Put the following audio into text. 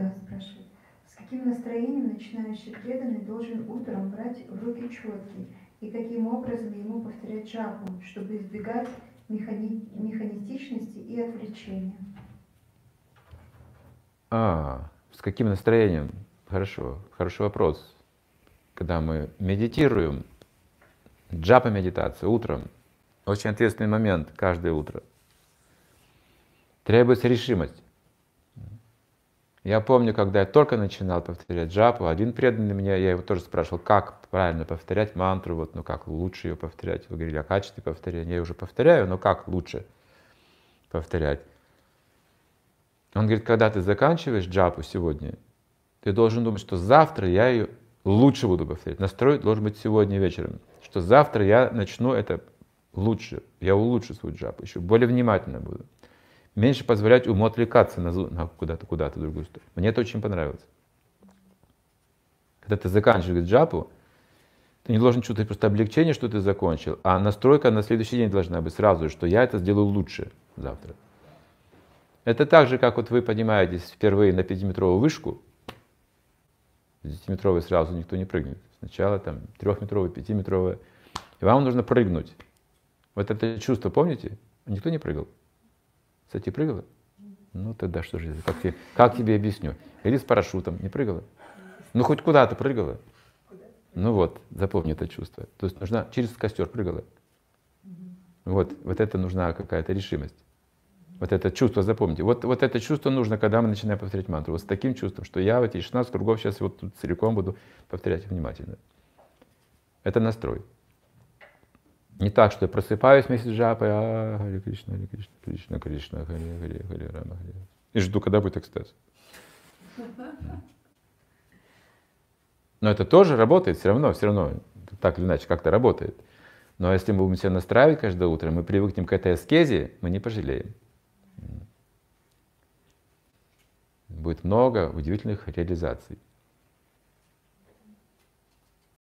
Ада спрашивает, с каким настроением начинающий преданный должен утром брать в руки четки и каким образом ему повторять джапу, чтобы избегать механистичности и отвлечения? С каким настроением? Хорошо, хороший вопрос. Когда мы медитируем, джапа медитация утром, очень ответственный момент каждое утро. Требуется решимость. Я помню, когда я только начинал повторять джапу, один преданный меня, я его тоже спрашивал, как правильно повторять мантру, вот, ну как лучше ее повторять. Вы говорили о качестве повторения. Я уже повторяю, но как лучше повторять? Он говорит, когда ты заканчиваешь джапу сегодня, ты должен думать, что завтра я ее лучше буду повторять. Настрой должен быть сегодня вечером, что завтра я начну это лучше, я улучшу свою джапу, еще более внимательно буду. Меньше позволять уму отвлекаться на куда-то в другую сторону. Мне это очень понравилось. Когда ты заканчиваешь джапу, ты не должен чувствовать просто облегчение, что ты закончил, а настройка на следующий день должна быть сразу, что я это сделаю лучше завтра. Это так же, как вот вы поднимаетесь впервые на 5-метровую вышку, с 10-метровой сразу никто не прыгнет. Сначала там 3-метровая, 5-метровая, и вам нужно прыгнуть. Вот это чувство, помните? Никто не прыгал. Кстати, прыгала? Ну тогда что же, как тебе объясню? Или с парашютом не прыгала? Ну хоть куда-то прыгала? Ну вот, запомни это чувство. То есть нужна через костер прыгала. Вот это нужна какая-то решимость. Вот это чувство запомните. Вот это чувство нужно, когда мы начинаем повторять мантру. Вот с таким чувством, что я в эти 16 кругов сейчас вот тут целиком буду повторять внимательно. Это настрой. Не так, что я просыпаюсь вместе с джапой, Харе Кришна, Кришна, Кришна, Харе, Харе, Харе, Рама, Харе. И жду, когда будет экстаз. Но это тоже работает все равно, так или иначе как-то работает. Но если мы будем себя настраивать каждое утро, мы привыкнем к этой аскезе, мы не пожалеем. Будет много удивительных реализаций.